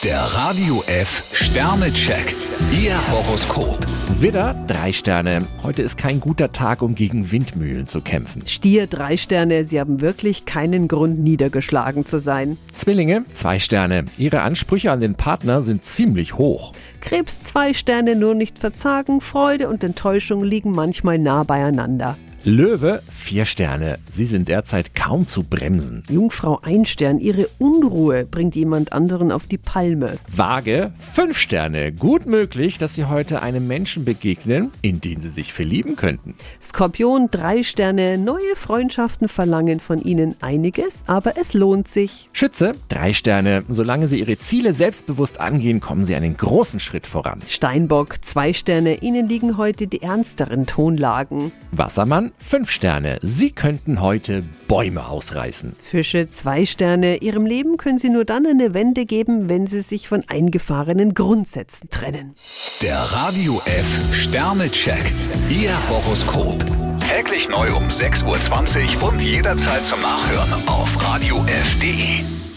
Der Radio F Sternecheck. Ihr Horoskop. Widder, 3 Sterne. Heute ist kein guter Tag, um gegen Windmühlen zu kämpfen. Stier, 3 Sterne. Sie haben wirklich keinen Grund, niedergeschlagen zu sein. Zwillinge, 2 Sterne. Ihre Ansprüche an den Partner sind ziemlich hoch. Krebs, 2 Sterne. Nur nicht verzagen. Freude und Enttäuschung liegen manchmal nah beieinander. Löwe, 4 Sterne. Sie sind derzeit kaum zu bremsen. Jungfrau, 1 Stern. Ihre Unruhe bringt jemand anderen auf die Palme. Waage, 5 Sterne. Gut möglich, dass Sie heute einem Menschen begegnen, in den Sie sich verlieben könnten. Skorpion, 3 Sterne. Neue Freundschaften verlangen von Ihnen einiges, aber es lohnt sich. Schütze, 3 Sterne. Solange Sie Ihre Ziele selbstbewusst angehen, kommen Sie einen großen Schritt voran. Steinbock, 2 Sterne. Ihnen liegen heute die ernsteren Tonlagen. Wassermann, 5 Sterne. Sie könnten heute Bäume ausreißen. Fische, 2 Sterne. Ihrem Leben können Sie nur dann eine Wende geben, wenn Sie sich von eingefahrenen Grundsätzen trennen. Der Radio F Sternecheck. Ihr Horoskop. Täglich neu um 6:20 Uhr und jederzeit zum Nachhören auf radiof.de.